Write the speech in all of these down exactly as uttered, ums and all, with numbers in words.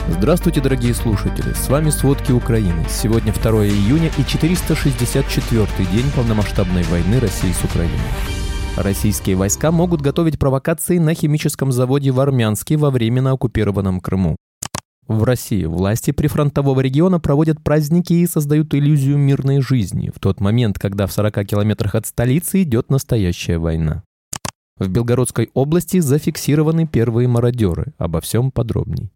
Здравствуйте, дорогие слушатели! С вами «Сводки Украины». Сегодня второе июня и четыреста шестьдесят четвёртый день полномасштабной войны России с Украиной. Российские войска могут готовить провокации на химическом заводе в Армянске во временно оккупированном Крыму. В России власти прифронтового региона проводят праздники и создают иллюзию мирной жизни в тот момент, когда в сорока километрах от столицы идет настоящая война. В Белгородской области зафиксированы первые мародеры. Обо всем подробней.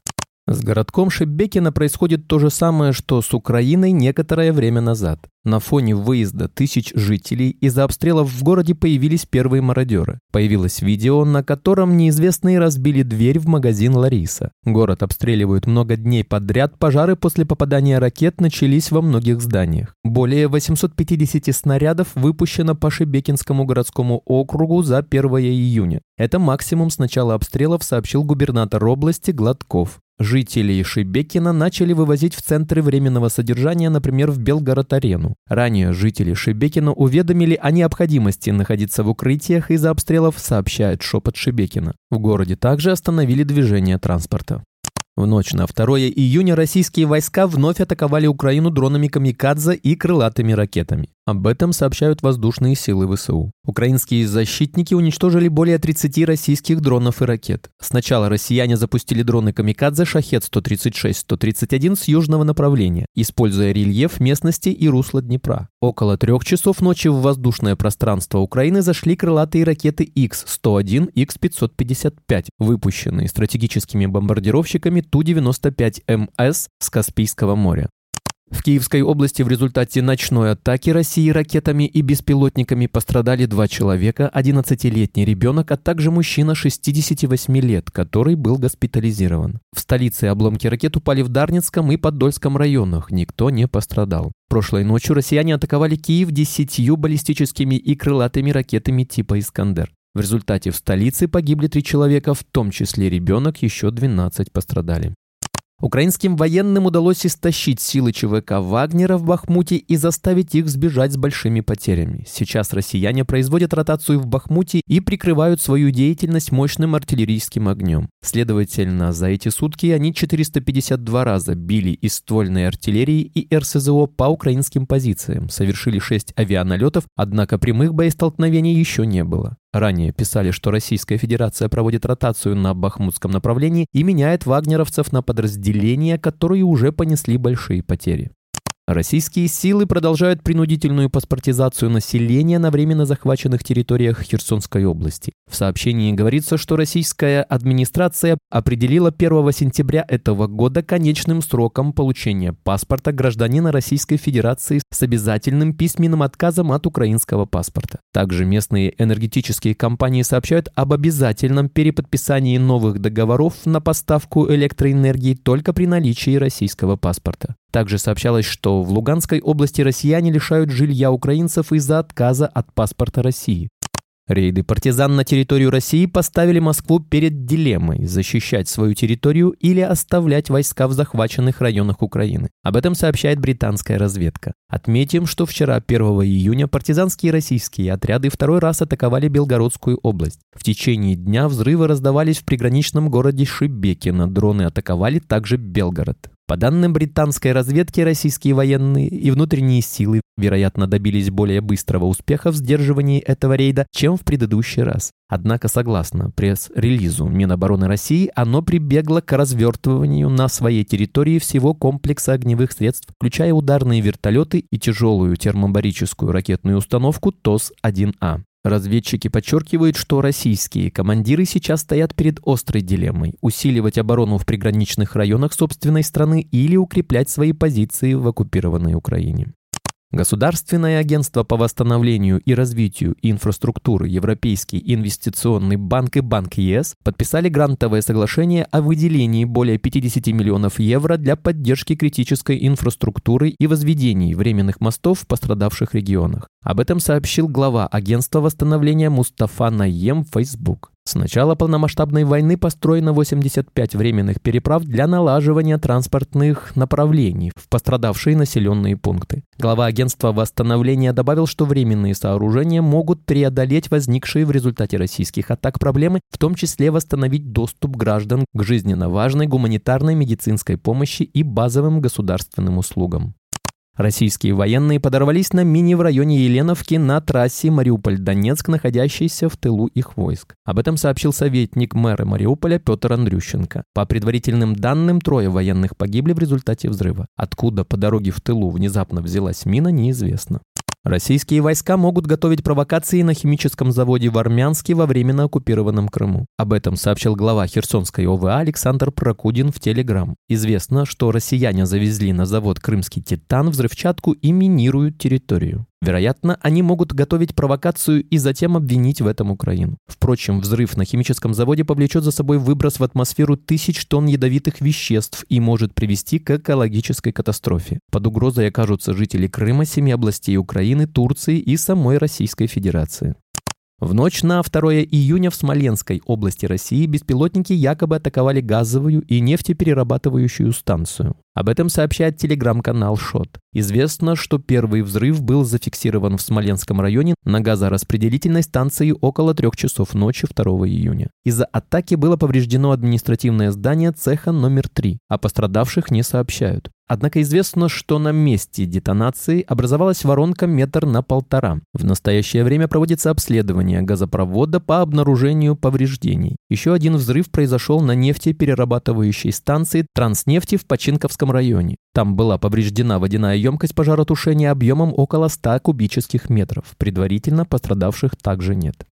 С городком Шебекино происходит то же самое, что с Украиной некоторое время назад. На фоне выезда тысяч жителей из-за обстрелов в городе появились первые мародеры. Появилось видео, на котором неизвестные разбили дверь в магазин «Лариса». Город обстреливают много дней подряд, пожары после попадания ракет начались во многих зданиях. Более восьмисот пятидесяти снарядов выпущено по Шебекинскому городскому округу за первое июня. Это максимум с начала обстрелов, сообщил губернатор области Гладков. Жителей Шебекино начали вывозить в центры временного содержания, например, в Белгород-арену. Ранее жители Шебекино уведомили о необходимости находиться в укрытиях из-за обстрелов, сообщает Шепот Шебекино. В городе также остановили движение транспорта. В ночь на второе июня российские войска вновь атаковали Украину дронами «Камикадзе» и крылатыми ракетами. Об этом сообщают воздушные силы ВСУ. Украинские защитники уничтожили более тридцати российских дронов и ракет. Сначала россияне запустили дроны «Камикадзе» «Шахед» сто тридцать шесть сто тридцать один с южного направления, используя рельеф местности и русло Днепра. Около трех часов ночи в воздушное пространство Украины зашли крылатые ракеты Икс сто один Икс пятьсот пятьдесят пять, выпущенные стратегическими бомбардировщиками Ту девяносто пять Эм Эс с Каспийского моря. В Киевской области в результате ночной атаки России ракетами и беспилотниками пострадали два человека, одиннадцатилетний ребенок, а также мужчина шестидесяти восьми лет, который был госпитализирован. В столице обломки ракет упали в Дарницком и Подольском районах, никто не пострадал. Прошлой ночью россияне атаковали Киев десятью баллистическими и крылатыми ракетами типа «Искандер». В результате в столице погибли три человека, в том числе ребенок, еще двенадцать пострадали. Украинским военным удалось истощить силы ЧВК Вагнера в Бахмуте и заставить их сбежать с большими потерями. Сейчас россияне производят ротацию в Бахмуте и прикрывают свою деятельность мощным артиллерийским огнем. Следовательно, за эти сутки они четыреста пятьдесят два раза били из ствольной артиллерии и Эр Эс Зо по украинским позициям, совершили шесть авианалетов, однако прямых боестолкновений еще не было. Ранее писали, что Российская Федерация проводит ротацию на бахмутском направлении и меняет вагнеровцев на подразделения, которые уже понесли большие потери. Российские силы продолжают принудительную паспортизацию населения на временно захваченных территориях Херсонской области. В сообщении говорится, что российская администрация определила первого сентября этого года конечным сроком получения паспорта гражданина Российской Федерации с обязательным письменным отказом от украинского паспорта. Также местные энергетические компании сообщают об обязательном переподписании новых договоров на поставку электроэнергии только при наличии российского паспорта. Также сообщалось, что в Луганской области россияне лишают жилья украинцев из-за отказа от паспорта России. Рейды партизан на территорию России поставили Москву перед дилеммой – защищать свою территорию или оставлять войска в захваченных районах Украины. Об этом сообщает британская разведка. Отметим, что вчера, первого июня, партизанские российские отряды второй раз атаковали Белгородскую область. В течение дня взрывы раздавались в приграничном городе Шебекино, дроны атаковали также Белгород. По данным британской разведки, российские военные и внутренние силы, вероятно, добились более быстрого успеха в сдерживании этого рейда, чем в предыдущий раз. Однако, согласно пресс-релизу Минобороны России, оно прибегло к развертыванию на своей территории всего комплекса огневых средств, включая ударные вертолеты и тяжелую термобарическую ракетную установку Т О С один А. Разведчики подчеркивают, что российские командиры сейчас стоят перед острой дилеммой – усиливать оборону в приграничных районах собственной страны или укреплять свои позиции в оккупированной Украине. Государственное агентство по восстановлению и развитию инфраструктуры, Европейский инвестиционный банк и Банк Е С подписали грантовое соглашение о выделении более пятидесяти миллионов евро для поддержки критической инфраструктуры и возведений временных мостов в пострадавших регионах. Об этом сообщил глава агентства восстановления Мустафа Наем в Facebook. С начала полномасштабной войны построено восемьдесят пять временных переправ для налаживания транспортных направлений в пострадавшие населенные пункты. Глава агентства восстановления добавил, что временные сооружения могут преодолеть возникшие в результате российских атак проблемы, в том числе восстановить доступ граждан к жизненно важной гуманитарной медицинской помощи и базовым государственным услугам. Российские военные подорвались на мине в районе Еленовки на трассе Мариуполь-Донецк, находящейся в тылу их войск. Об этом сообщил советник мэра Мариуполя Петр Андрющенко. По предварительным данным, трое военных погибли в результате взрыва. Откуда по дороге в тылу внезапно взялась мина, неизвестно. Российские войска могут готовить провокации на химическом заводе в Армянске во временно оккупированном Крыму. Об этом сообщил глава Херсонской ОВА Александр Прокудин в Телеграм. Известно, что россияне завезли на завод «Крымский Титан» взрывчатку и минируют территорию. Вероятно, они могут готовить провокацию и затем обвинить в этом Украину. Впрочем, взрыв на химическом заводе повлечет за собой выброс в атмосферу тысяч тонн ядовитых веществ и может привести к экологической катастрофе. Под угрозой окажутся жители Крыма, семи областей Украины, Турции и самой Российской Федерации. В ночь на второе июня в Смоленской области России беспилотники якобы атаковали газовую и нефтеперерабатывающую станцию. Об этом сообщает телеграм-канал «Шот». Известно, что первый взрыв был зафиксирован в Смоленском районе на газораспределительной станции около трех часов ночи второго июня. Из-за атаки было повреждено административное здание цеха номер три, о пострадавших не сообщают. Однако известно, что на месте детонации образовалась воронка метр на полтора. В настоящее время проводится обследование газопровода по обнаружению повреждений. Еще один взрыв произошел на нефтеперерабатывающей станции Транснефти в Починковском районе. Там была повреждена водяная емкость пожаротушения объемом около ста кубических метров. Предварительно пострадавших также нет.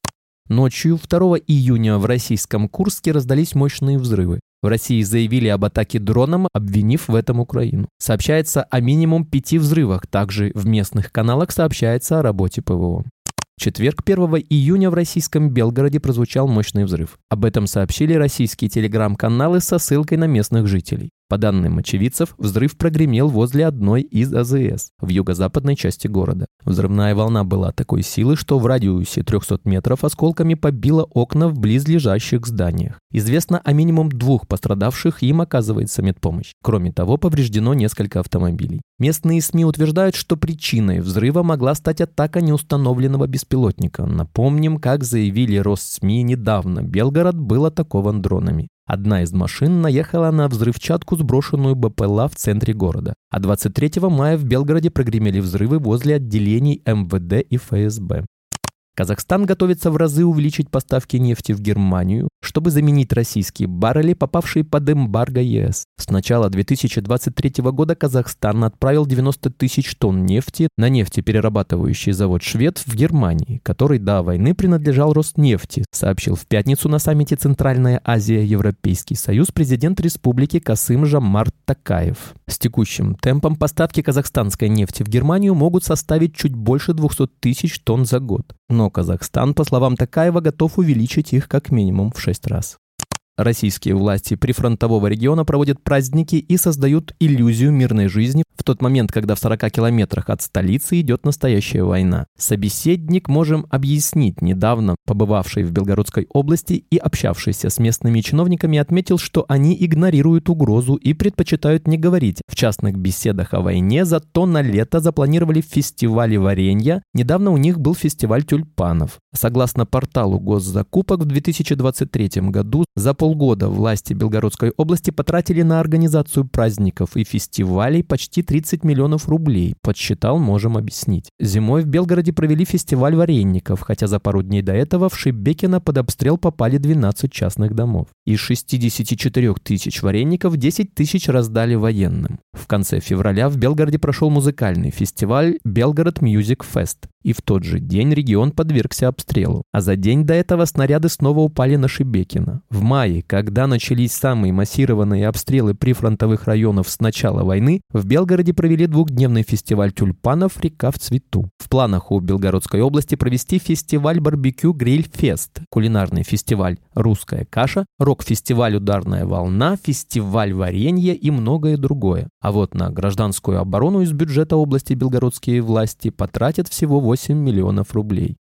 Ночью второго июня в российском Курске раздались мощные взрывы. В России заявили об атаке дроном, обвинив в этом Украину. Сообщается о минимум пяти взрывах. Также в местных каналах сообщается о работе ПВО. В четверг, первого июня, в российском Белгороде прозвучал мощный взрыв. Об этом сообщили российские телеграм-каналы со ссылкой на местных жителей. По данным очевидцев, взрыв прогремел возле одной из А Зэ Эс в юго-западной части города. Взрывная волна была такой силы, что в радиусе трехсот метров осколками побила окна в близлежащих зданиях. Известно о минимум двух пострадавших, им оказывается медпомощь. Кроме того, повреждено несколько автомобилей. Местные СМИ утверждают, что причиной взрыва могла стать атака неустановленного беспилотника. Напомним, как заявили Росс-СМИ недавно, Белгород был атакован дронами. Одна из машин наехала на взрывчатку, сброшенную Бэ Пэ Эл А в центре города. А двадцать третьего мая в Белгороде прогремели взрывы возле отделений Эм Вэ Дэ и Эф Эс Бэ. Казахстан готовится в разы увеличить поставки нефти в Германию, чтобы заменить российские баррели, попавшие под эмбарго Е Эс. С начала две тысячи двадцать третьего года Казахстан отправил девяносто тысяч тонн нефти на нефтеперерабатывающий завод «Швед» в Германии, который до войны принадлежал Роснефти, сообщил в пятницу на саммите «Центральная Азия – Европейский Союз» президент республики Касым-Жомарт Токаев. С текущим темпом поставки казахстанской нефти в Германию могут составить чуть больше двухсот тысяч тонн за год. Но Казахстан, по словам Токаева, готов увеличить их как минимум в шесть раз. Российские власти прифронтового региона проводят праздники и создают иллюзию мирной жизни в тот момент, когда в сорока километрах от столицы идет настоящая война. Собеседник можем объяснить, недавно побывавший в Белгородской области и общавшийся с местными чиновниками, отметил, что они игнорируют угрозу и предпочитают не говорить в частных беседах о войне, зато на лето запланировали фестивали варенья. Недавно у них был фестиваль тюльпанов. Согласно порталу госзакупок, в две тысячи двадцать третьем году за полгода власти Белгородской области потратили на организацию праздников и фестивалей почти тридцать миллионов рублей, подсчитал «Можем объяснить». Зимой в Белгороде провели фестиваль вареников, хотя за пару дней до этого в Шебекино под обстрел попали двенадцать частных домов. Из шестидесяти четырёх тысяч вареников десять тысяч раздали военным. В конце февраля в Белгороде прошел музыкальный фестиваль «Белгород Мьюзик Фест», и в тот же день регион подвергся обстрелу. А за день до этого снаряды снова упали на Шебекино. В мае, когда начались самые массированные обстрелы прифронтовых районов с начала войны, в Белгороде провели двухдневный фестиваль тюльпанов «Река в цвету». В планах у Белгородской области провести фестиваль барбекю «Гриль-фест», кулинарный фестиваль «Русская каша», рок-фестиваль «Ударная волна», фестиваль варенья и многое другое. А вот на гражданскую оборону из бюджета области белгородские власти потратят всего восемь миллионов рублей.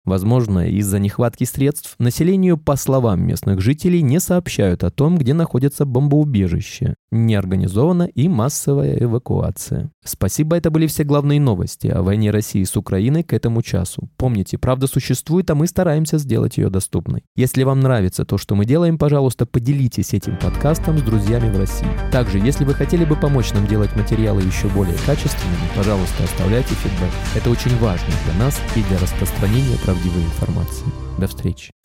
Возможно, из-за нехватки средств населению, по словам местных жителей, не сообщают о том, где находится бомбоубежище. Неорганизована и массовая эвакуация. Спасибо, это были все главные новости о войне России с Украиной к этому часу. Помните, правда существует, а мы стараемся сделать ее доступной. Если вам нравится то, что мы делаем, пожалуйста, поделитесь этим подкастом с друзьями в России. Также, если вы хотели бы помочь нам делать материалы еще более качественными, пожалуйста, оставляйте фидбэк. Это очень важно для нас и для распространения правдивой информации. До встречи.